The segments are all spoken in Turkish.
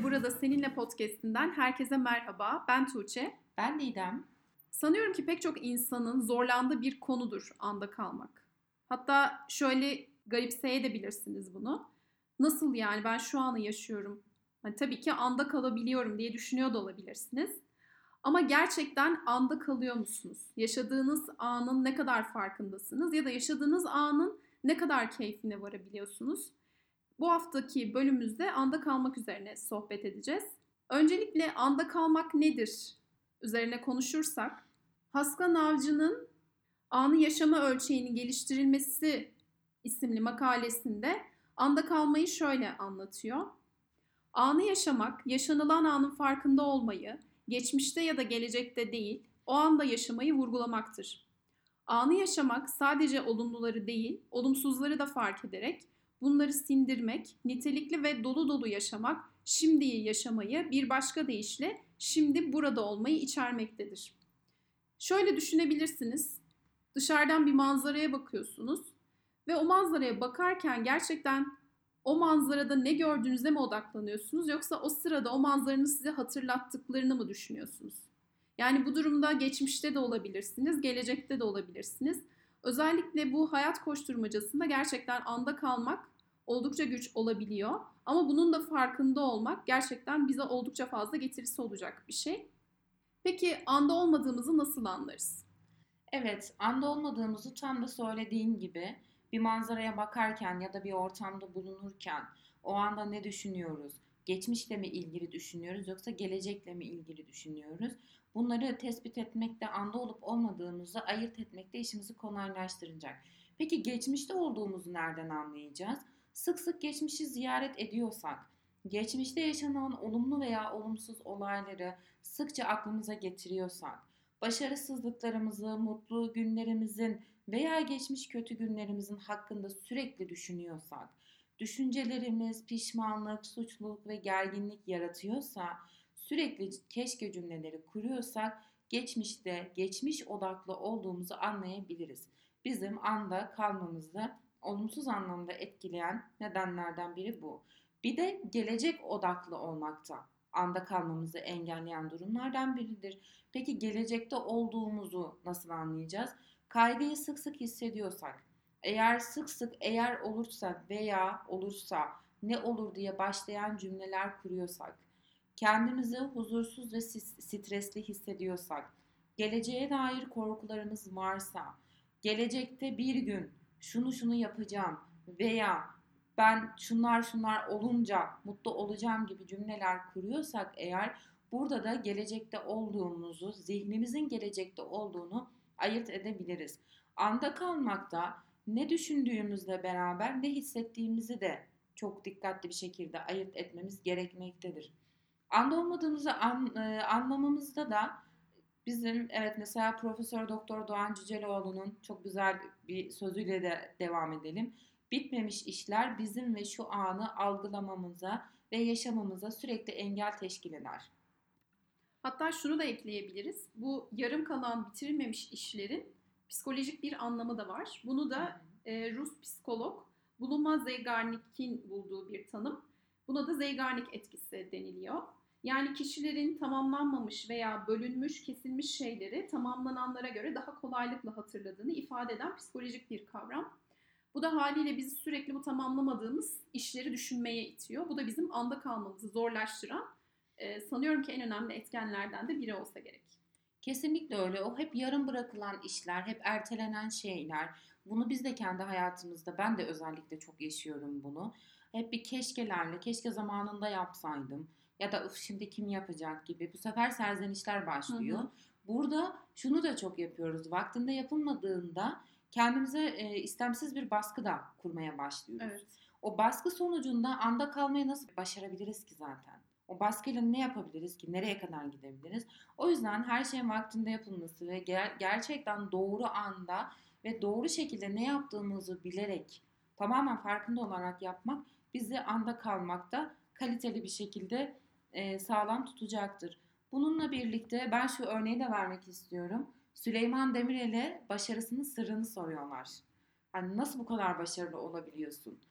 Ve burada seninle podcast'inden herkese merhaba. Ben Tuğçe. Ben Didem. Sanıyorum ki pek çok insanın zorlandığı bir konudur anda kalmak. Hatta şöyle garipseyebilirsiniz bunu. Nasıl yani ben şu anı yaşıyorum. Hani tabii ki anda kalabiliyorum diye düşünüyor da olabilirsiniz. Ama gerçekten anda kalıyor musunuz? Yaşadığınız anın ne kadar farkındasınız ya da yaşadığınız anın ne kadar keyfine varabiliyorsunuz? Bu haftaki bölümümüzde anda kalmak üzerine sohbet edeceğiz. Öncelikle anda kalmak nedir üzerine konuşursak, Haskan Avcı'nın Anı Yaşama Ölçeğinin Geliştirilmesi isimli makalesinde anda kalmayı şöyle anlatıyor. Anı yaşamak, yaşanılan anın farkında olmayı, geçmişte ya da gelecekte değil, o anda yaşamayı vurgulamaktır. Anı yaşamak sadece olumluları değil, olumsuzları da fark ederek bunları sindirmek, nitelikli ve dolu dolu yaşamak, şimdiyi yaşamayı, bir başka deyişle şimdi burada olmayı içermektedir. Şöyle düşünebilirsiniz. Dışarıdan bir manzaraya bakıyorsunuz ve o manzaraya bakarken gerçekten o manzarada ne gördüğünüze mi odaklanıyorsunuz yoksa o sırada o manzaranın size hatırlattıklarını mı düşünüyorsunuz? Yani bu durumda geçmişte de olabilirsiniz, gelecekte de olabilirsiniz. Özellikle bu hayat koşturmacasında gerçekten anda kalmak oldukça güç olabiliyor. Ama bunun da farkında olmak gerçekten bize oldukça fazla getirisi olacak bir şey. Peki anda olmadığımızı nasıl anlarız? Evet, anda olmadığımızı tam da söylediğin gibi bir manzaraya bakarken ya da bir ortamda bulunurken o anda ne düşünüyoruz? Geçmişle mi ilgili düşünüyoruz yoksa gelecekle mi ilgili düşünüyoruz? Bunları tespit etmekte, anda olup olmadığımızı ayırt etmekte işimizi kolaylaştıracak. Peki geçmişte olduğumuzu nereden anlayacağız? Sık sık geçmişi ziyaret ediyorsak, geçmişte yaşanan olumlu veya olumsuz olayları sıkça aklımıza getiriyorsak, başarısızlıklarımızı, mutlu günlerimizin veya geçmiş kötü günlerimizin hakkında sürekli düşünüyorsak, düşüncelerimiz pişmanlık, suçluluk ve gerginlik yaratıyorsa, sürekli keşke cümleleri kuruyorsak, geçmişte, geçmiş odaklı olduğumuzu anlayabiliriz. Bizim anda kalmamızı olumsuz anlamda etkileyen nedenlerden biri bu. Bir de gelecek odaklı olmakta anda kalmamızı engelleyen durumlardan biridir. Peki gelecekte olduğumuzu nasıl anlayacağız? Kaygıyı sık sık hissediyorsak, eğer sık sık eğer olursa veya olursa ne olur diye başlayan cümleler kuruyorsak, kendimizi huzursuz ve stresli hissediyorsak, geleceğe dair korkularımız varsa, gelecekte bir gün şunu şunu yapacağım veya ben şunlar olunca mutlu olacağım gibi cümleler kuruyorsak eğer, burada da gelecekte olduğumuzu, zihnimizin gelecekte olduğunu ayırt edebiliriz. Anda kalmakta ne düşündüğümüzle beraber ne hissettiğimizi de çok dikkatli bir şekilde ayırt etmemiz gerekmektedir. Anda olmadığımızı anlamamızda da bizim, evet, mesela Profesör Doktor Doğan Cüceloğlu'nun çok güzel bir sözüyle de devam edelim. Bitmemiş işler bizim ve şu anı algılamamıza ve yaşamamıza sürekli engel teşkil eder. Hatta şunu da ekleyebiliriz. Bu yarım kalan bitirilmemiş işlerin psikolojik bir anlamı da var. Bunu Hı hı. da Rus psikolog Buluma Zeigarnik'in bulduğu bir tanım. Buna da Zeigarnik etkisi deniliyor. Yani kişilerin tamamlanmamış veya bölünmüş, kesilmiş şeyleri tamamlananlara göre daha kolaylıkla hatırladığını ifade eden psikolojik bir kavram. Bu da haliyle bizi sürekli bu tamamlamadığımız işleri düşünmeye itiyor. Bu da bizim anda kalmamızı zorlaştıran, sanıyorum ki en önemli etkenlerden de biri olsa gerek. Kesinlikle öyle. O hep yarım bırakılan işler, hep ertelenen şeyler. Bunu biz de kendi hayatımızda, ben de özellikle çok yaşıyorum bunu. Hep bir keşkelerle, keşke zamanında yapsaydım ya da "Uf, şimdi kim yapacak" gibi bu sefer serzenişler Hı başlıyor. hı. Burada şunu da çok yapıyoruz. Vaktinde yapılmadığında kendimize istemsiz bir baskı da kurmaya başlıyoruz. Evet. O baskı sonucunda anda kalmayı nasıl başarabiliriz ki zaten? O baskıyla ne yapabiliriz ki? Nereye kadar gidebiliriz? O yüzden her şeyin vaktinde yapılması ve gerçekten doğru anda ve doğru şekilde ne yaptığımızı bilerek, tamamen farkında olarak yapmak bizi anda kalmakta kaliteli bir şekilde sağlam tutacaktır. Bununla birlikte ben şu örneği de vermek istiyorum. Süleyman Demirel'e başarısının sırrını soruyorlar. Hani nasıl bu kadar başarılı olabiliyorsun?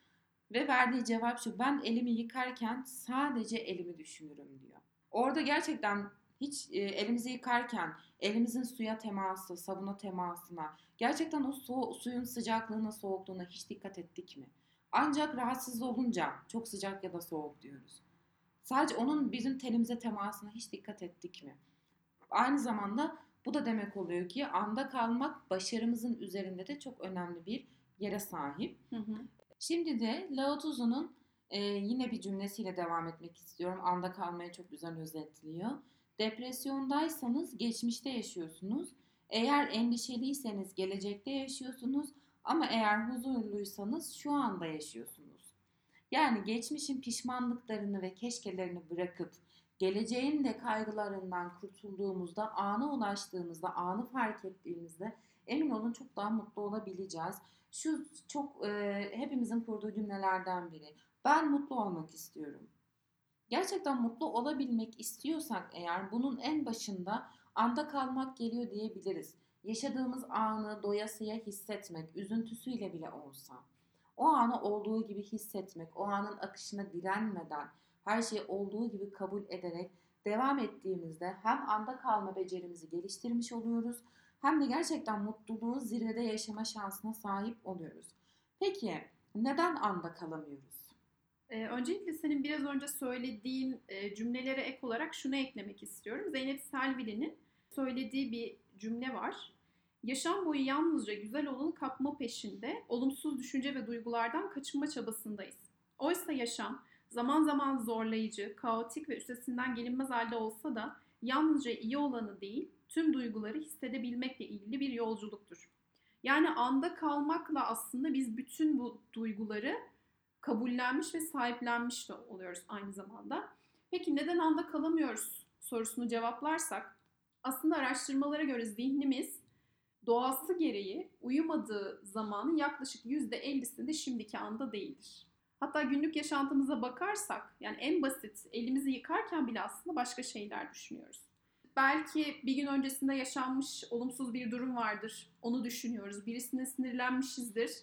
Ve verdiği cevap şu: ben elimi yıkarken sadece elimi düşünürüm diyor. Orada gerçekten hiç elimizi yıkarken elimizin suya teması, sabuna temasına, gerçekten o suyun sıcaklığına, soğukluğuna hiç dikkat ettik mi? Ancak rahatsız olunca çok sıcak ya da soğuk diyoruz. Sadece onun bizim tenimize temasına hiç dikkat ettik mi? Aynı zamanda bu da demek oluyor ki anda kalmak başarımızın üzerinde de çok önemli bir yere sahip. Hı hı. Şimdi de Lao Tzu'nun yine bir cümlesiyle devam etmek istiyorum. Anda kalmayı çok güzel özetliyor. Depresyondaysanız geçmişte yaşıyorsunuz. Eğer endişeliyseniz gelecekte yaşıyorsunuz. Ama eğer huzurluysanız şu anda yaşıyorsunuz. Yani geçmişin pişmanlıklarını ve keşkelerini bırakıp geleceğin de kaygılarından kurtulduğumuzda, ana ulaştığımızda, anı fark ettiğimizde emin olun çok daha mutlu olabileceğiz. Şu çok hepimizin kurduğu cümlelerden biri. Ben mutlu olmak istiyorum. Gerçekten mutlu olabilmek istiyorsak eğer bunun en başında anda kalmak geliyor diyebiliriz. Yaşadığımız anı doyasıya hissetmek, üzüntüsüyle bile olsa. O anı olduğu gibi hissetmek, o anın akışına direnmeden, her şeyi olduğu gibi kabul ederek devam ettiğimizde hem anda kalma becerimizi geliştirmiş oluyoruz, hem de gerçekten mutluluğu zirvede yaşama şansına sahip oluyoruz. Peki neden anda kalamıyoruz? Öncelikle senin biraz önce söylediğin cümlelere ek olarak şunu eklemek istiyorum. Zeynep Selvi'nin söylediği bir cümle var. Yaşam boyu yalnızca güzel olanı kapma peşinde, olumsuz düşünce ve duygulardan kaçınma çabasındayız. Oysa yaşam zaman zaman zorlayıcı, kaotik ve üstesinden gelinmez halde olsa da yalnızca iyi olanı değil, tüm duyguları hissedebilmekle ilgili bir yolculuktur. Yani anda kalmakla aslında biz bütün bu duyguları kabullenmiş ve sahiplenmiş de oluyoruz aynı zamanda. Peki neden anda kalamıyoruz sorusunu cevaplarsak, aslında araştırmalara göre zihnimiz doğası gereği uyumadığı zamanın yaklaşık %50'sinde şimdiki anda değildir. Hatta günlük yaşantımıza bakarsak, yani en basit elimizi yıkarken bile aslında başka şeyler düşünüyoruz. Belki bir gün öncesinde yaşanmış olumsuz bir durum vardır, onu düşünüyoruz. Birisine sinirlenmişizdir,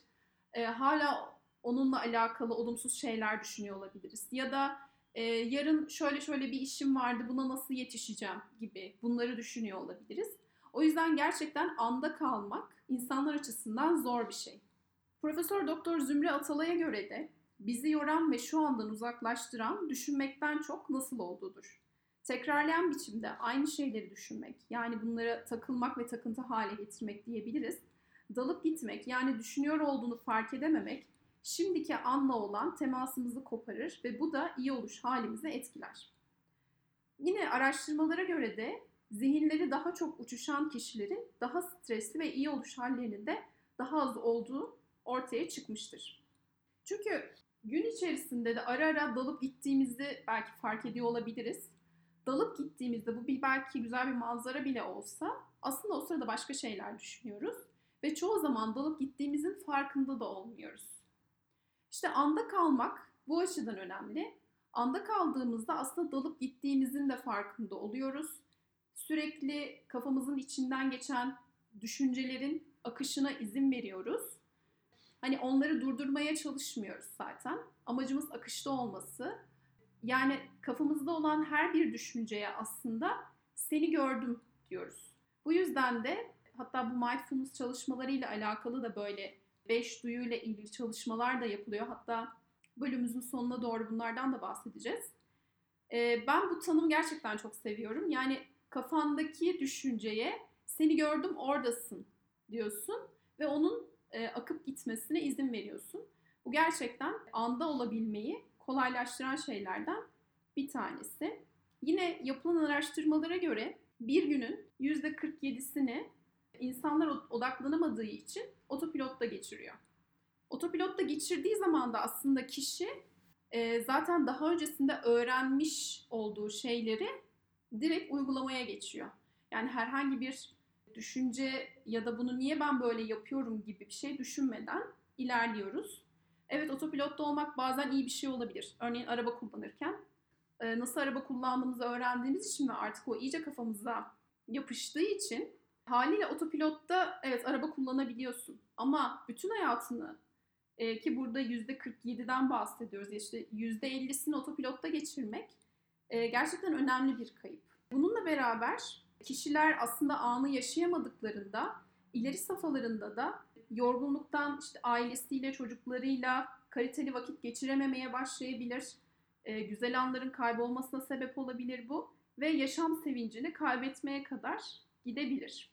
hala onunla alakalı olumsuz şeyler düşünüyor olabiliriz. Ya da yarın şöyle şöyle bir işim vardı, buna nasıl yetişeceğim gibi bunları düşünüyor olabiliriz. O yüzden gerçekten anda kalmak insanlar açısından zor bir şey. Profesör Doktor Zümre Atalay'a göre de bizi yoran ve şu andan uzaklaştıran düşünmekten çok nasıl olduğudur. Tekrarlayan biçimde aynı şeyleri düşünmek, yani bunlara takılmak ve takıntı hale getirmek diyebiliriz. Dalıp gitmek, yani düşünüyor olduğunu fark edememek, şimdiki anla olan temasımızı koparır ve bu da iyi oluş halimizi etkiler. Yine araştırmalara göre de zihinleri daha çok uçuşan kişilerin daha stresli ve iyi oluş hallerinin de daha az olduğu ortaya çıkmıştır. Çünkü gün içerisinde de ara ara dalıp gittiğimizi belki fark ediyor olabiliriz. Dalıp gittiğimizde bu belki güzel bir manzara bile olsa aslında o sırada başka şeyler düşünüyoruz ve çoğu zaman dalıp gittiğimizin farkında da olmuyoruz. İşte anda kalmak bu açıdan önemli. Anda kaldığımızda aslında dalıp gittiğimizin de farkında oluyoruz. Sürekli kafamızın içinden geçen düşüncelerin akışına izin veriyoruz. Hani onları durdurmaya çalışmıyoruz zaten. Amacımız akışta olması. Yani kafamızda olan her bir düşünceye aslında seni gördüm diyoruz. Bu yüzden de hatta bu mindfulness çalışmalarıyla alakalı da böyle 5 duyuyla ilgili çalışmalar da yapılıyor. Hatta bölümümüzün sonuna doğru bunlardan da bahsedeceğiz. Ben bu tanımı gerçekten çok seviyorum. Yani kafandaki düşünceye seni gördüm oradasın diyorsun ve onun akıp gitmesine izin veriyorsun. Bu gerçekten anda olabilmeyi kolaylaştıran şeylerden bir tanesi. Yine yapılan araştırmalara göre bir günün %47'sini insanlar odaklanamadığı için otopilotta geçiriyor. Otopilotta geçirdiği zaman da aslında kişi zaten daha öncesinde öğrenmiş olduğu şeyleri direkt uygulamaya geçiyor. Yani herhangi bir düşünce ya da bunu niye ben böyle yapıyorum gibi bir şey düşünmeden ilerliyoruz. Evet, otopilotta olmak bazen iyi bir şey olabilir. Örneğin araba kullanırken nasıl araba kullandığımızı öğrendiğimiz için ve artık o iyice kafamıza yapıştığı için haliyle otopilotta evet araba kullanabiliyorsun. Ama bütün hayatını Ki burada %47'den bahsediyoruz. İşte %50'sini otopilotta geçirmek gerçekten önemli bir kayıp. Bununla beraber kişiler aslında anı yaşayamadıklarında ileri safhalarında da yorgunluktan işte ailesiyle, çocuklarıyla kaliteli vakit geçirememeye başlayabilir. Güzel anların kaybolmasına sebep olabilir bu ve yaşam sevincini kaybetmeye kadar gidebilir.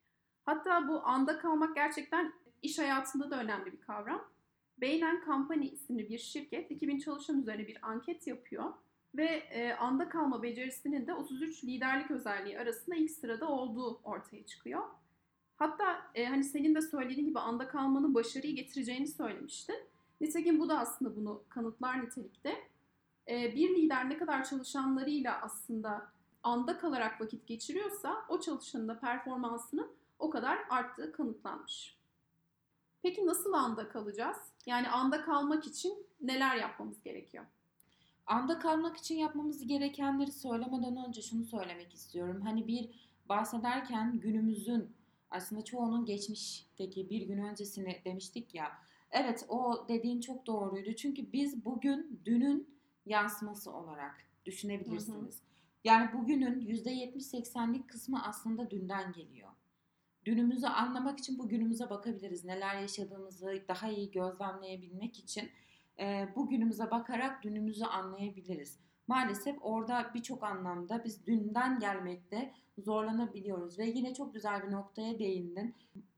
Hatta bu anda kalmak gerçekten iş hayatında da önemli bir kavram. Bain Company isimli bir şirket 2000 çalışan üzerine bir anket yapıyor ve anda kalma becerisinin de 33 liderlik özelliği arasında ilk sırada olduğu ortaya çıkıyor. Hatta hani senin de söylediğin gibi anda kalmanın başarıyı getireceğini söylemiştin. Nitekim bu da aslında bunu kanıtlar nitelikte. Bir lider ne kadar çalışanlarıyla aslında anda kalarak vakit geçiriyorsa o çalışanın da performansının o kadar arttığı kanıtlanmış. Peki nasıl anda kalacağız? Yani anda kalmak için neler yapmamız gerekiyor? Anda kalmak için yapmamız gerekenleri söylemeden önce şunu söylemek istiyorum. Hani bir bahsederken günümüzün aslında çoğunun geçmişteki bir gün öncesini demiştik ya. Evet, o dediğin çok doğruydu. Çünkü biz bugün dünün yansıması olarak Hı hı. düşünebilirsiniz. Yani bugünün %70-80'lik kısmı aslında dünden geliyor. Dünümüzü anlamak için bugünümüze bakabiliriz. Neler yaşadığımızı daha iyi gözlemleyebilmek için bugünümüze bakarak dünümüzü anlayabiliriz. Maalesef orada birçok anlamda biz dünden gelmekte zorlanabiliyoruz ve yine çok güzel bir noktaya değindin.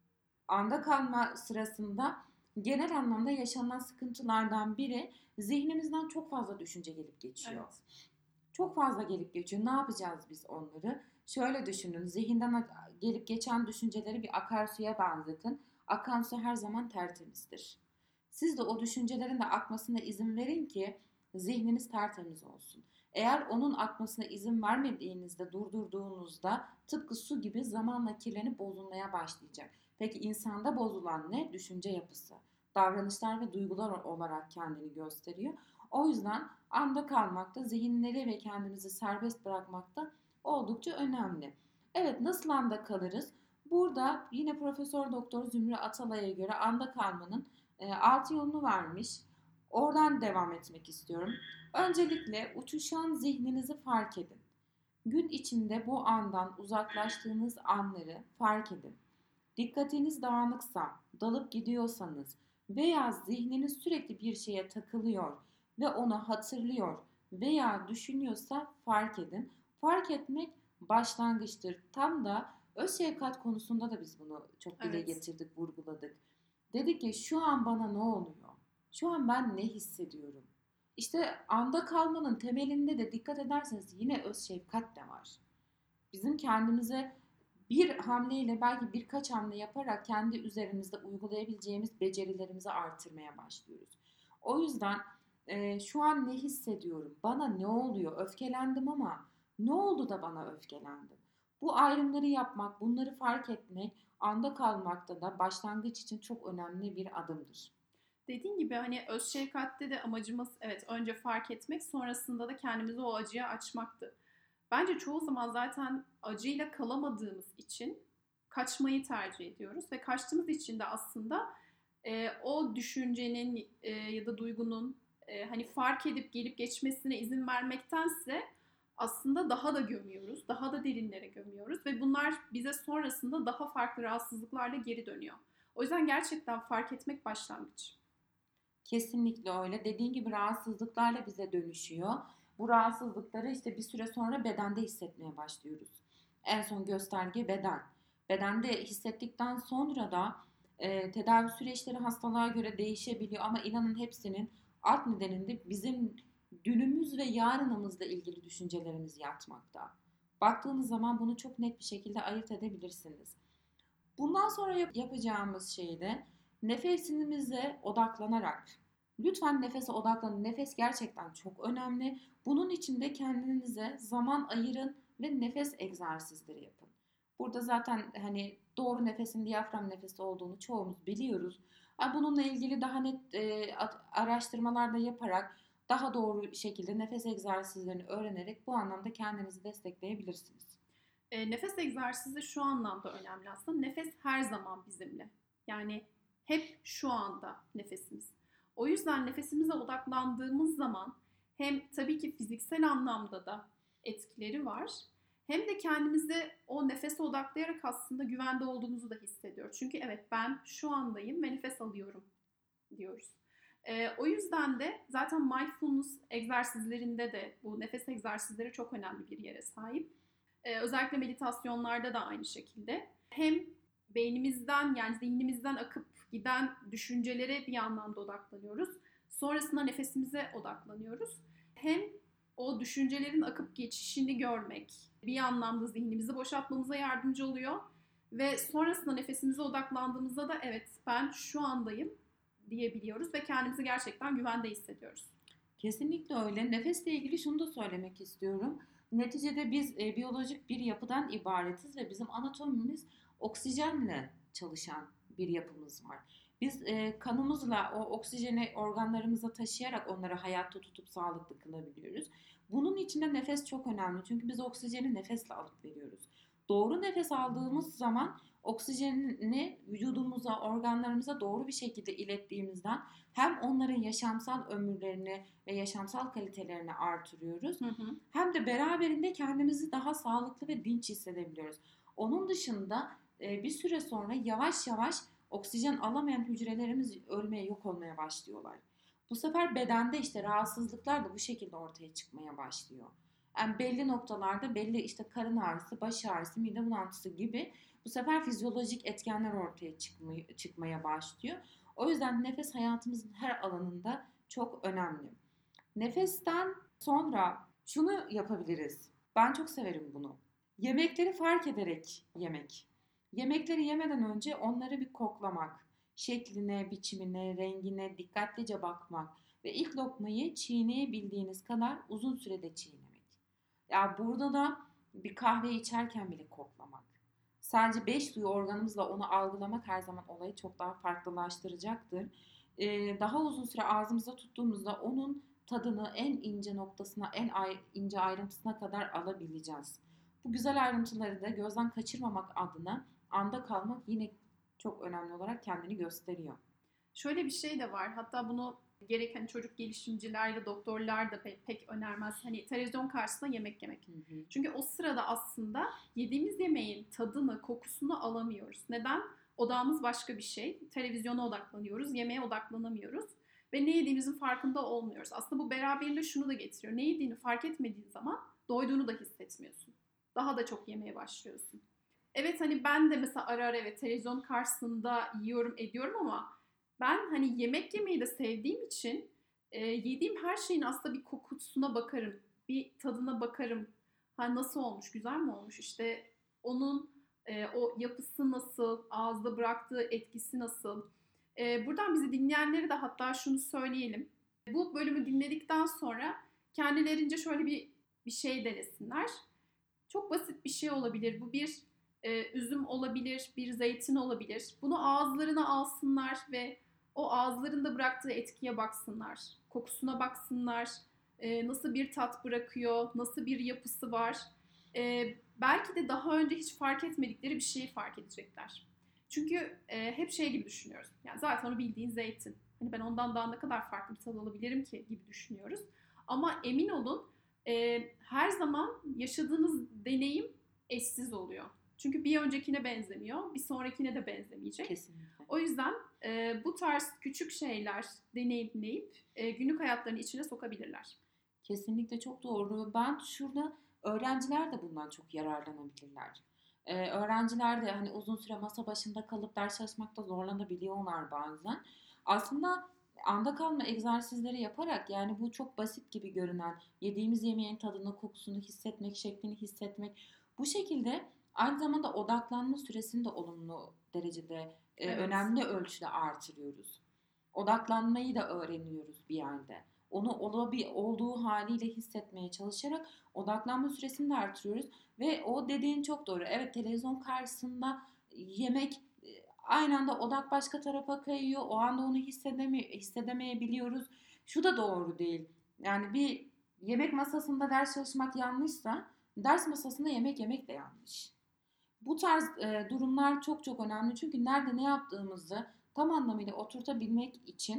Anda kalma sırasında genel anlamda yaşanan sıkıntılardan biri zihnimizden çok fazla düşünce gelip geçiyor. Evet. Çok fazla gelip geçiyor. Ne yapacağız biz onları? Şöyle düşünün. Zihinden gelip geçen düşünceleri bir akarsuya benzetin. Akan su her zaman tertemizdir. Siz de o düşüncelerin de akmasına izin verin ki zihniniz tertemiz olsun. Eğer onun akmasına izin vermediğinizde, durdurduğunuzda tıpkı su gibi zamanla kirlenip bozulmaya başlayacak. Peki insanda bozulan ne? Düşünce yapısı. Davranışlar ve duygular olarak kendini gösteriyor. O yüzden anda kalmakta, zihinleri ve kendimizi serbest bırakmakta oldukça önemli. Evet, nasıl anda kalırız? Burada yine Profesör Doktor Zümrüt Atalay'a göre anda kalmanın 6 yolunu vermiş. Oradan devam etmek istiyorum. Öncelikle uçuşan zihninizi fark edin. Gün içinde bu andan uzaklaştığınız anları fark edin. Dikkatiniz dağınıksa, dalıp gidiyorsanız veya zihniniz sürekli bir şeye takılıyor ve onu hatırlıyor veya düşünüyorsa fark edin. Fark etmek başlangıçtır. Tam da öz şefkat konusunda da biz bunu çok dile Evet. getirdik, vurguladık. Dedik ki şu an bana ne oluyor? Şu an ben ne hissediyorum? İşte anda kalmanın temelinde de dikkat ederseniz yine öz şefkat de var. Bizim kendimize bir hamleyle belki birkaç hamle yaparak kendi üzerimizde uygulayabileceğimiz becerilerimizi artırmaya başlıyoruz. O yüzden şu an ne hissediyorum? Bana ne oluyor? Öfkelendim ama ne oldu da bana öfkelendim? Bu ayrımları yapmak, bunları fark etmek, anda kalmakta da başlangıç için çok önemli bir adımdır. Dediğin gibi hani öz şefkatte de amacımız evet önce fark etmek sonrasında da kendimizi o acıya açmaktı. Bence çoğu zaman zaten acıyla kalamadığımız için kaçmayı tercih ediyoruz ve kaçtığımız için de aslında o düşüncenin ya da duygunun hani fark edip gelip geçmesine izin vermektense aslında daha da gömüyoruz, daha da derinlere gömüyoruz ve bunlar bize sonrasında daha farklı rahatsızlıklarla geri dönüyor. O yüzden gerçekten fark etmek başlangıç. Kesinlikle öyle. Dediğin gibi rahatsızlıklarla bize dönüşüyor. Bu rahatsızlıkları işte bir süre sonra bedende hissetmeye başlıyoruz. En son gösterge beden. Bedende hissettikten sonra da tedavi süreçleri hastalığa göre değişebiliyor ama inanın hepsinin alt nedeninde bizim dünümüz ve yarınımızla ilgili düşüncelerimiz yatmakta. Baktığınız zaman bunu çok net bir şekilde ayırt edebilirsiniz. Bundan sonra yapacağımız şey de nefesimize odaklanarak. Lütfen nefese odaklanın. Nefes gerçekten çok önemli. Bunun için de kendinize zaman ayırın ve nefes egzersizleri yapın. Burada zaten hani doğru nefesin diyafram nefesi olduğunu çoğumuz biliyoruz. Bununla ilgili daha net araştırmalar da yaparak daha doğru şekilde nefes egzersizlerini öğrenerek bu anlamda kendinizi destekleyebilirsiniz. Nefes egzersizi şu anlamda önemli aslında. Nefes her zaman bizimle. Yani hep şu anda nefesimiz. O yüzden nefesimize odaklandığımız zaman hem tabii ki fiziksel anlamda da etkileri var. Hem de kendimizi o nefese odaklayarak aslında güvende olduğumuzu da hissediyoruz. Çünkü evet, ben şu andayım ve nefes alıyorum diyoruz. O yüzden de zaten mindfulness egzersizlerinde de bu nefes egzersizleri çok önemli bir yere sahip. Özellikle meditasyonlarda da aynı şekilde. Hem beynimizden, yani zihnimizden akıp giden düşüncelere bir anlamda odaklanıyoruz. Sonrasında nefesimize odaklanıyoruz. Hem o düşüncelerin akıp geçişini görmek bir anlamda zihnimizi boşaltmamıza yardımcı oluyor. Ve sonrasında nefesimize odaklandığımızda da evet, ben şu andayım diyebiliyoruz ve kendimizi gerçekten güvende hissediyoruz. Kesinlikle öyle. Nefesle ilgili şunu da söylemek istiyorum. Neticede biz biyolojik bir yapıdan ibaretiz ve bizim anatomimiz oksijenle çalışan bir yapımız var. Biz kanımızla o oksijeni organlarımıza taşıyarak onları hayatta tutup sağlıklı kılabiliyoruz. Bunun için de nefes çok önemli. Çünkü biz oksijeni nefesle alıp veriyoruz. Doğru nefes aldığımız zaman oksijeni vücudumuza, organlarımıza doğru bir şekilde ilettiğimizden hem onların yaşamsal ömürlerini ve yaşamsal kalitelerini artırıyoruz. Hı hı. Hem de beraberinde kendimizi daha sağlıklı ve dinç hissedebiliyoruz. Onun dışında bir süre sonra yavaş yavaş oksijen alamayan hücrelerimiz ölmeye, yok olmaya başlıyorlar. Bu sefer bedende işte rahatsızlıklar da bu şekilde ortaya çıkmaya başlıyor. Yani belli noktalarda belli işte karın ağrısı, baş ağrısı, mide bulantısı gibi bu sefer fizyolojik etkenler ortaya çıkmaya başlıyor. O yüzden nefes hayatımızın her alanında çok önemli. Nefesten sonra şunu yapabiliriz. Ben çok severim bunu. Yemekleri fark ederek yemek. Yemekleri yemeden önce onları bir koklamak. Şekline, biçimine, rengine dikkatlice bakmak ve ilk lokmayı çiğneyebildiğiniz kadar uzun sürede çiğnemek. Ya burada da bir kahve içerken bile koklamak. Sadece 5 duyu organımızla onu algılamak her zaman olayı çok daha farklılaştıracaktır. Daha uzun süre ağzımızda tuttuğumuzda onun tadını en ince noktasına, en ince ayrıntısına kadar alabileceğiz. Bu güzel ayrıntıları da gözden kaçırmamak adına anda kalmak yine çok önemli olarak kendini gösteriyor. Şöyle bir şey de var. Hatta bunu gerek hani çocuk gelişimciler ya da doktorlar da pek önermez. Hani televizyon karşısında yemek yemek. Hı hı. Çünkü o sırada aslında yediğimiz yemeğin tadını, kokusunu alamıyoruz. Neden? Odağımız başka bir şey. Televizyona odaklanıyoruz, yemeğe odaklanamıyoruz. Ve ne yediğimizin farkında olmuyoruz. Aslında bu beraberinde şunu da getiriyor. Ne yediğini fark etmediğin zaman doyduğunu da hissetmiyorsun. Daha da çok yemeye başlıyorsun. Evet, hani ben de mesela ara ara evet televizyon karşısında yiyorum ediyorum ama ben hani yemek yemeyi de sevdiğim için yediğim her şeyin aslında bir kokusuna bakarım. Bir tadına bakarım. Ha, nasıl olmuş, güzel mi olmuş? İşte onun o yapısı nasıl, ağızda bıraktığı etkisi nasıl? Buradan bizi dinleyenleri de hatta şunu söyleyelim. Bu bölümü dinledikten sonra kendilerince şöyle bir şey denesinler. Çok basit bir şey olabilir. Bu bir üzüm olabilir, bir zeytin olabilir. Bunu ağızlarına alsınlar ve o ağızlarında bıraktığı etkiye baksınlar. Kokusuna baksınlar. Nasıl bir tat bırakıyor, nasıl bir yapısı var. Belki de daha önce hiç fark etmedikleri bir şeyi fark edecekler. Çünkü hep şey gibi düşünüyoruz. Yani zaten onu bildiğin zeytin. Hani ben ondan daha ne kadar farklı bir tad alabilirim ki gibi düşünüyoruz. Ama emin olun her zaman yaşadığınız deneyim eşsiz oluyor. Çünkü bir öncekine benzemiyor, bir sonrakine de benzemeyecek. Kesinlikle. O yüzden bu tarz küçük şeyler deneyimleyip günlük hayatlarının içine sokabilirler. Kesinlikle çok doğru. Ben şurada öğrenciler de bundan çok yararlanabilirler. Öğrenciler de hani uzun süre masa başında kalıp ders çalışmakta zorlanabiliyorlar bazen. Aslında anda kalma egzersizleri yaparak yani bu çok basit gibi görünen yediğimiz yemeğin tadını, kokusunu hissetmek, şeklini hissetmek bu şekilde aynı zamanda odaklanma süresini de olumlu derecede Evet. önemli ölçüde artırıyoruz. Odaklanmayı da öğreniyoruz bir yerde. Onu olduğu haliyle hissetmeye çalışarak odaklanma süresini de artırıyoruz. Ve o dediğin çok doğru. Evet, televizyon karşısında yemek aynı anda odak başka tarafa kayıyor. O anda onu hissedemeyebiliyoruz. Şu da doğru değil. Yani bir yemek masasında ders çalışmak yanlışsa ders masasında yemek yemek de yanlış. Bu tarz durumlar çok çok önemli. Çünkü nerede ne yaptığımızı tam anlamıyla oturtabilmek için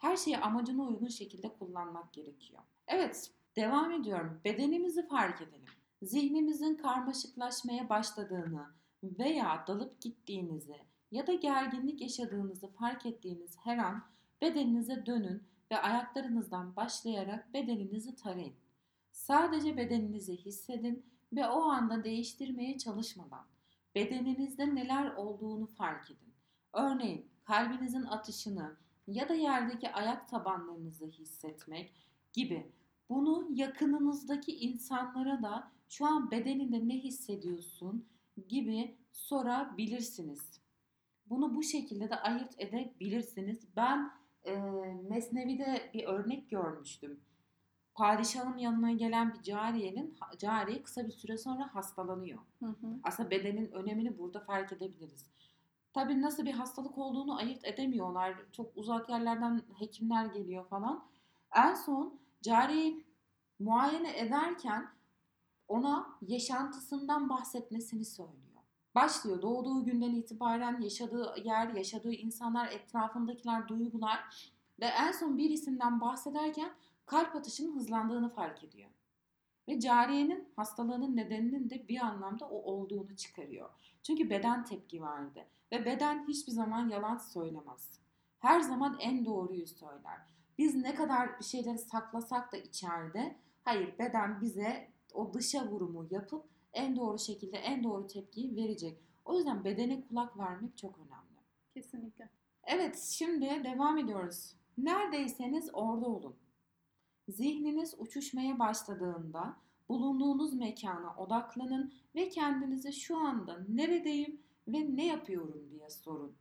Her şeyi amacına uygun şekilde kullanmak gerekiyor. Evet, devam ediyorum. Bedenimizi fark edelim. Zihninizin karmaşıklaşmaya başladığını veya dalıp gittiğinizi ya da gerginlik yaşadığınızı fark ettiğiniz her an bedeninize dönün ve ayaklarınızdan başlayarak bedeninizi tarayın. Sadece bedeninizi hissedin ve o anda değiştirmeye çalışmadan bedeninizde neler olduğunu fark edin. Örneğin kalbinizin atışını ya da yerdeki ayak tabanlarınızı hissetmek gibi. Bunu yakınınızdaki insanlara da şu an bedeninde ne hissediyorsun gibi sorabilirsiniz. Bunu bu şekilde de ayırt edebilirsiniz. Ben Mesnevi'de bir örnek görmüştüm. Padişahın yanına gelen bir cariye kısa bir süre sonra hastalanıyor. Hı hı. Aslında bedenin önemini burada fark edebiliriz. Tabii nasıl bir hastalık olduğunu ayırt edemiyorlar. Çok uzak yerlerden hekimler geliyor falan. En son cariyeyi muayene ederken ona yaşantısından bahsetmesini söylüyor. Başlıyor doğduğu günden itibaren yaşadığı yer, yaşadığı insanlar, etrafındakiler, duygular ve en son bir isimden bahsederken kalp atışının hızlandığını fark ediyor. Ve cariyenin hastalığının nedeninin de bir anlamda o olduğunu çıkarıyor. Çünkü beden tepki verdi. Ve beden hiçbir zaman yalan söylemez. Her zaman en doğruyu söyler. Biz ne kadar bir şeyleri saklasak da içeride, hayır, beden bize o dışa vurumu yapıp en doğru şekilde en doğru tepkiyi verecek. O yüzden bedene kulak vermek çok önemli. Kesinlikle. Evet, şimdi devam ediyoruz. Neredeyseniz orada olun. Zihniniz uçuşmaya başladığında bulunduğunuz mekana odaklanın ve kendinize şu anda neredeyim ve ne yapıyorum diye sorun.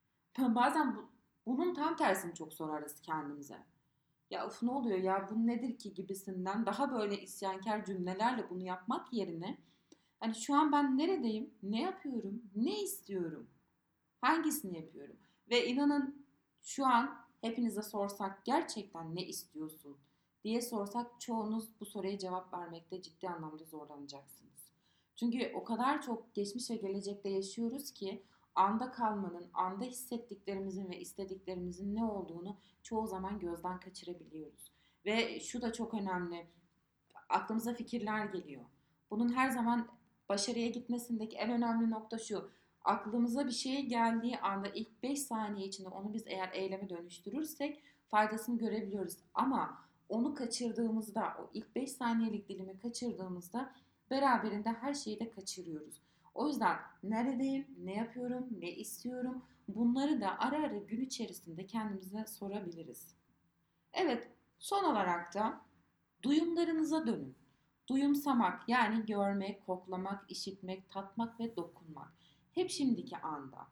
Bazen bunun tam tersini çok sorarız kendimize. Ya ne oluyor ya, bu nedir ki gibisinden daha böyle isyankar cümlelerle bunu yapmak yerine hani şu an ben neredeyim, ne yapıyorum, ne istiyorum, hangisini yapıyorum? Ve inanın şu an hepinize sorsak gerçekten ne istiyorsun diye sorsak çoğunuz bu soruya cevap vermekte ciddi anlamda zorlanacaksınız. Çünkü o kadar çok geçmiş ve gelecekte yaşıyoruz ki anda kalmanın, anda hissettiklerimizin ve istediklerimizin ne olduğunu çoğu zaman gözden kaçırabiliyoruz. Ve şu da çok önemli. Aklımıza fikirler geliyor. Bunun her zaman başarıya gitmesindeki en önemli nokta şu: aklımıza bir şey geldiği anda ilk 5 saniye içinde onu biz eğer eyleme dönüştürürsek faydasını görebiliyoruz. Ama onu kaçırdığımızda, o ilk 5 saniyelik dilimi kaçırdığımızda beraberinde her şeyi de kaçırıyoruz. O yüzden neredeyim, ne yapıyorum, ne istiyorum, bunları da ara ara gün içerisinde kendimize sorabiliriz. Evet, son olarak da duyumlarınıza dönün. Duyumsamak yani görmek, koklamak, işitmek, tatmak ve dokunmak. Hep şimdiki anda.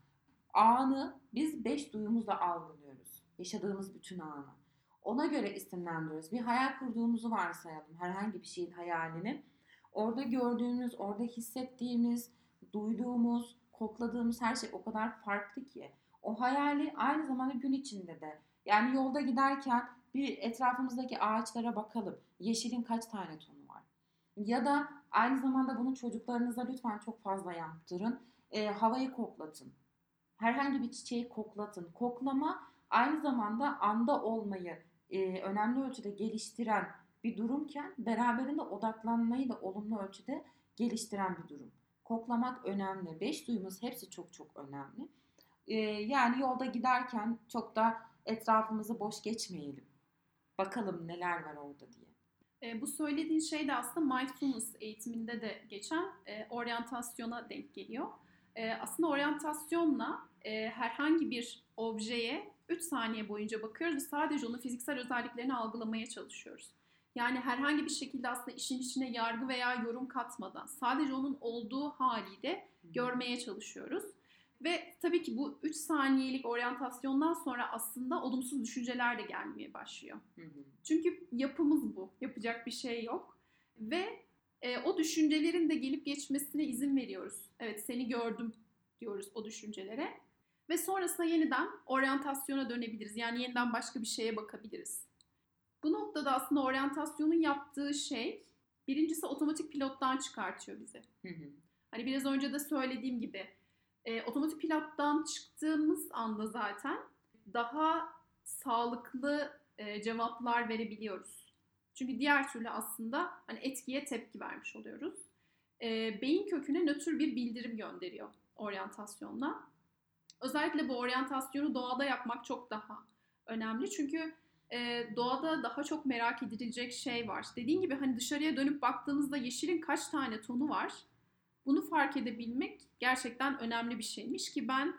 Anı biz 5 duyumuzla algılıyoruz. Yaşadığımız bütün anı. Ona göre isimlendiriyoruz. Bir hayal kurduğumuzu varsayalım. Herhangi bir şeyin hayalini. Orada gördüğümüz, orada hissettiğimiz, duyduğumuz, kokladığımız her şey o kadar farklı ki. O hayali aynı zamanda gün içinde de. Yani yolda giderken bir etrafımızdaki ağaçlara bakalım. Yeşilin kaç tane tonu var? Ya da aynı zamanda bunu çocuklarınıza lütfen çok fazla yaptırın. Havayı koklatın. Herhangi bir çiçeği koklatın. Koklama aynı zamanda anda olmayı önemli ölçüde geliştiren bir durumken beraberinde odaklanmayı da olumlu ölçüde geliştiren bir durum. Koklamak önemli. 5 duyumuz hepsi çok çok önemli. Yani yolda giderken çok da etrafımızı boş geçmeyelim. Bakalım neler var orada diye. Bu söylediğin şey de aslında mindfulness eğitiminde de geçen oryantasyona denk geliyor. Aslında oryantasyonla herhangi bir objeye 3 saniye boyunca bakıyoruz ve sadece onun fiziksel özelliklerini algılamaya çalışıyoruz. Yani herhangi bir şekilde aslında işin içine yargı veya yorum katmadan sadece onun olduğu haliyle görmeye çalışıyoruz. Ve tabii ki bu 3 saniyelik oryantasyondan sonra aslında olumsuz düşünceler de gelmeye başlıyor. Çünkü yapımız bu. Yapacak bir şey yok. Ve o düşüncelerin de gelip geçmesine izin veriyoruz. Evet, seni gördüm diyoruz o düşüncelere. Ve sonrasında yeniden oryantasyona dönebiliriz. Yani yeniden başka bir şeye bakabiliriz. Bu noktada aslında oryantasyonun yaptığı şey birincisi otomatik pilottan çıkartıyor bizi. Hani biraz önce de söylediğim gibi otomatik pilottan çıktığımız anda zaten daha sağlıklı cevaplar verebiliyoruz. Çünkü diğer türlü aslında hani etkiye tepki vermiş oluyoruz. Beyin köküne nötr bir bildirim gönderiyor oryantasyonla. Özellikle bu oryantasyonu doğada yapmak çok daha önemli. Çünkü doğada daha çok merak edilecek şey var. Dediğin gibi hani dışarıya dönüp baktığımızda yeşilin kaç tane tonu var? Bunu fark edebilmek gerçekten önemli bir şeymiş ki ben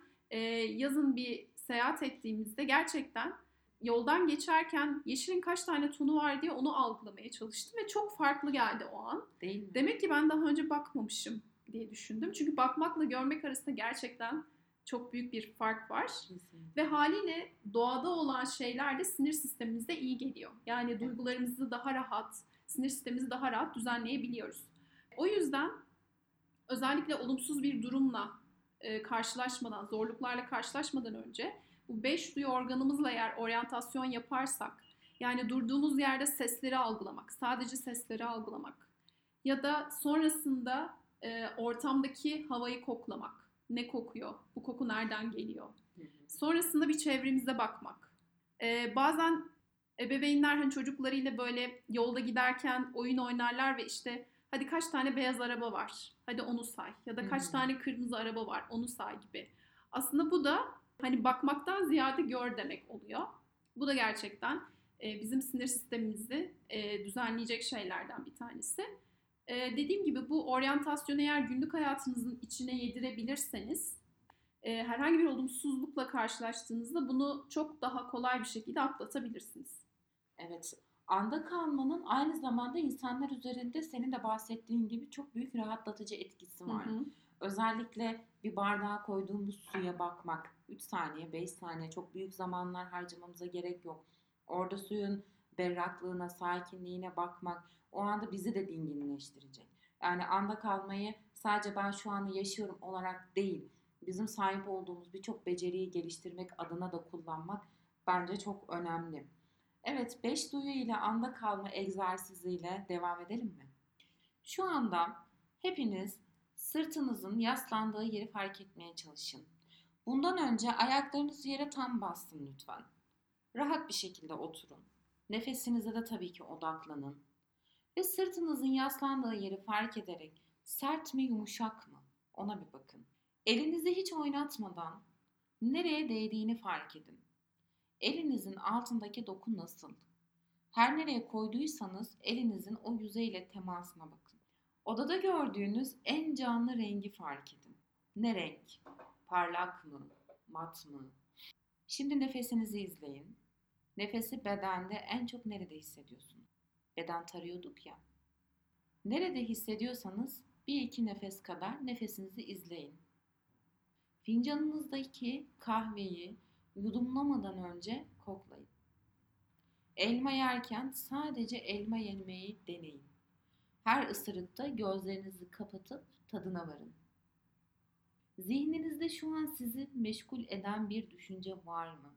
yazın bir seyahat ettiğimizde gerçekten yoldan geçerken yeşilin kaç tane tonu var diye onu algılamaya çalıştım ve çok farklı geldi o an. Değil mi? Demek ki ben daha önce bakmamışım diye düşündüm. Çünkü bakmakla görmek arasında gerçekten çok büyük bir fark var. Kesinlikle. Ve haliyle doğada olan şeyler de sinir sistemimize iyi geliyor. Yani duygularımızı daha rahat, sinir sistemimizi daha rahat düzenleyebiliyoruz. O yüzden özellikle olumsuz bir durumla karşılaşmadan, zorluklarla karşılaşmadan önce bu 5 duyu organımızla eğer oryantasyon yaparsak, yani durduğumuz yerde sesleri algılamak, sadece sesleri algılamak ya da sonrasında ortamdaki havayı koklamak. Ne kokuyor? Bu koku nereden geliyor? Sonrasında bir çevremize bakmak. Bazen ebeveynler hani çocuklarıyla böyle yolda giderken oyun oynarlar ve işte hadi kaç tane beyaz araba var? Hadi onu say. Ya da kaç tane kırmızı araba var? Onu say gibi. Aslında bu da hani bakmaktan ziyade gör demek oluyor. Bu da gerçekten bizim sinir sistemimizi düzenleyecek şeylerden bir tanesi. Dediğim gibi bu oryantasyonu eğer günlük hayatınızın içine yedirebilirseniz herhangi bir olumsuzlukla karşılaştığınızda bunu çok daha kolay bir şekilde atlatabilirsiniz. Evet, anda kalmanın aynı zamanda insanlar üzerinde senin de bahsettiğin gibi çok büyük rahatlatıcı etkisi var. Hı hı. Özellikle bir bardağa koyduğumuz suya bakmak, 3 saniye, 5 saniye çok büyük zamanlar harcamamıza gerek yok. Orada suyun berraklığına, sakinliğine bakmak o anda bizi de dinginleştirecek. Yani anda kalmayı sadece ben şu anı yaşıyorum olarak değil, bizim sahip olduğumuz birçok beceriyi geliştirmek adına da kullanmak bence çok önemli. Evet, 5 duyu ile anda kalma egzersiziyle devam edelim mi? Şu anda hepiniz sırtınızın yaslandığı yeri fark etmeye çalışın. Bundan önce ayaklarınız yere tam bassın lütfen. Rahat bir şekilde oturun. Nefesinize de tabii ki odaklanın. Ve sırtınızın yaslandığı yeri fark ederek sert mi yumuşak mı? Ona bir bakın. Elinizi hiç oynatmadan nereye değdiğini fark edin. Elinizin altındaki doku nasıl? Her nereye koyduysanız elinizin o yüzeyle temasına bakın. Odada gördüğünüz en canlı rengi fark edin. Ne renk? Parlak mı? Mat mı? Şimdi nefesinizi izleyin. Nefesi bedende en çok nerede hissediyorsunuz? Beden tarıyorduk ya. Nerede hissediyorsanız bir iki nefes kadar nefesinizi izleyin. Fincanınızdaki kahveyi yudumlamadan önce koklayın. Elma yerken sadece elma yemeyi deneyin. Her ısırıkta gözlerinizi kapatıp tadına varın. Zihninizde şu an sizi meşgul eden bir düşünce var mı?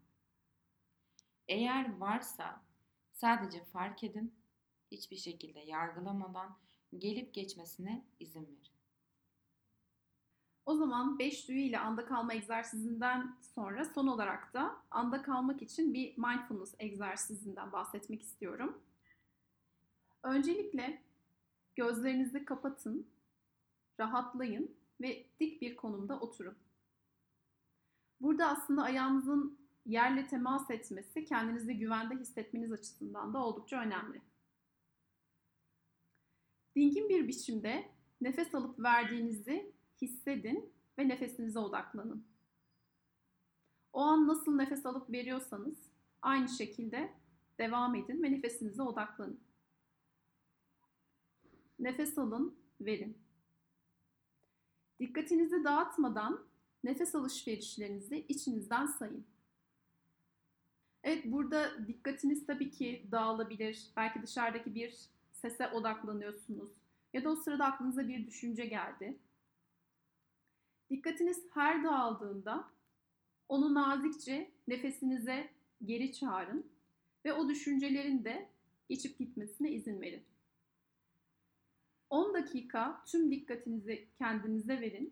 Eğer varsa sadece fark edin, hiçbir şekilde yargılamadan gelip geçmesine izin verin. O zaman 5 duyu ile anda kalma egzersizinden sonra son olarak da anda kalmak için bir mindfulness egzersizinden bahsetmek istiyorum. Öncelikle gözlerinizi kapatın, rahatlayın ve dik bir konumda oturun. Burada aslında ayağınızın yerle temas etmesi kendinizi güvende hissetmeniz açısından da oldukça önemli. Dingin bir biçimde nefes alıp verdiğinizi hissedin ve nefesinize odaklanın. O an nasıl nefes alıp veriyorsanız aynı şekilde devam edin ve nefesinize odaklanın. Nefes alın, verin. Dikkatinizi dağıtmadan nefes alışverişlerinizi içinizden sayın. Evet, burada dikkatiniz tabii ki dağılabilir. Belki dışarıdaki bir sese odaklanıyorsunuz. Ya da o sırada aklınıza bir düşünce geldi. Dikkatiniz her dağıldığında onu nazikçe nefesinize geri çağırın ve o düşüncelerin de geçip gitmesine izin verin. 10 dakika tüm dikkatinizi kendinize verin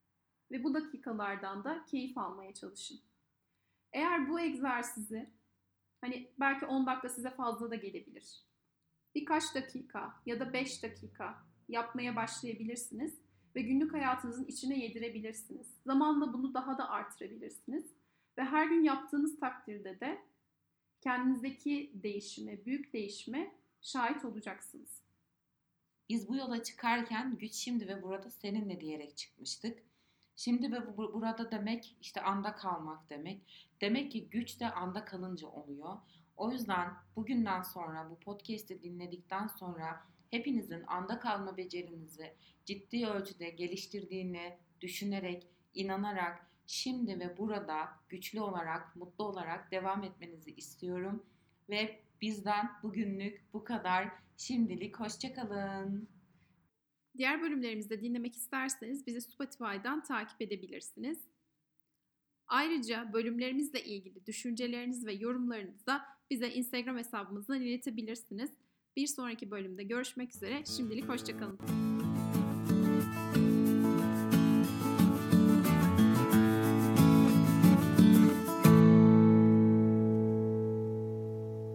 ve bu dakikalardan da keyif almaya çalışın. Eğer bu egzersizi Hani belki 10 dakika size fazla da gelebilir. Birkaç dakika ya da 5 dakika yapmaya başlayabilirsiniz ve günlük hayatınızın içine yedirebilirsiniz. Zamanla bunu daha da artırabilirsiniz ve her gün yaptığınız takdirde de kendinizdeki değişime, büyük değişime şahit olacaksınız. Biz bu yola çıkarken güç şimdi ve burada seninle diyerek çıkmıştık. Şimdi ve burada demek işte anda kalmak demek. Demek ki güç de anda kalınca oluyor. O yüzden bugünden sonra bu podcast'i dinledikten sonra hepinizin anda kalma becerinizi ciddi ölçüde geliştirdiğini düşünerek, inanarak şimdi ve burada güçlü olarak, mutlu olarak devam etmenizi istiyorum. Ve bizden bugünlük bu kadar. Şimdilik hoşça kalın. Diğer bölümlerimizi de dinlemek isterseniz bizi Spotify'dan takip edebilirsiniz. Ayrıca bölümlerimizle ilgili düşünceleriniz ve yorumlarınızı da bize Instagram hesabımızdan iletebilirsiniz. Bir sonraki bölümde görüşmek üzere. Şimdilik hoşça kalın.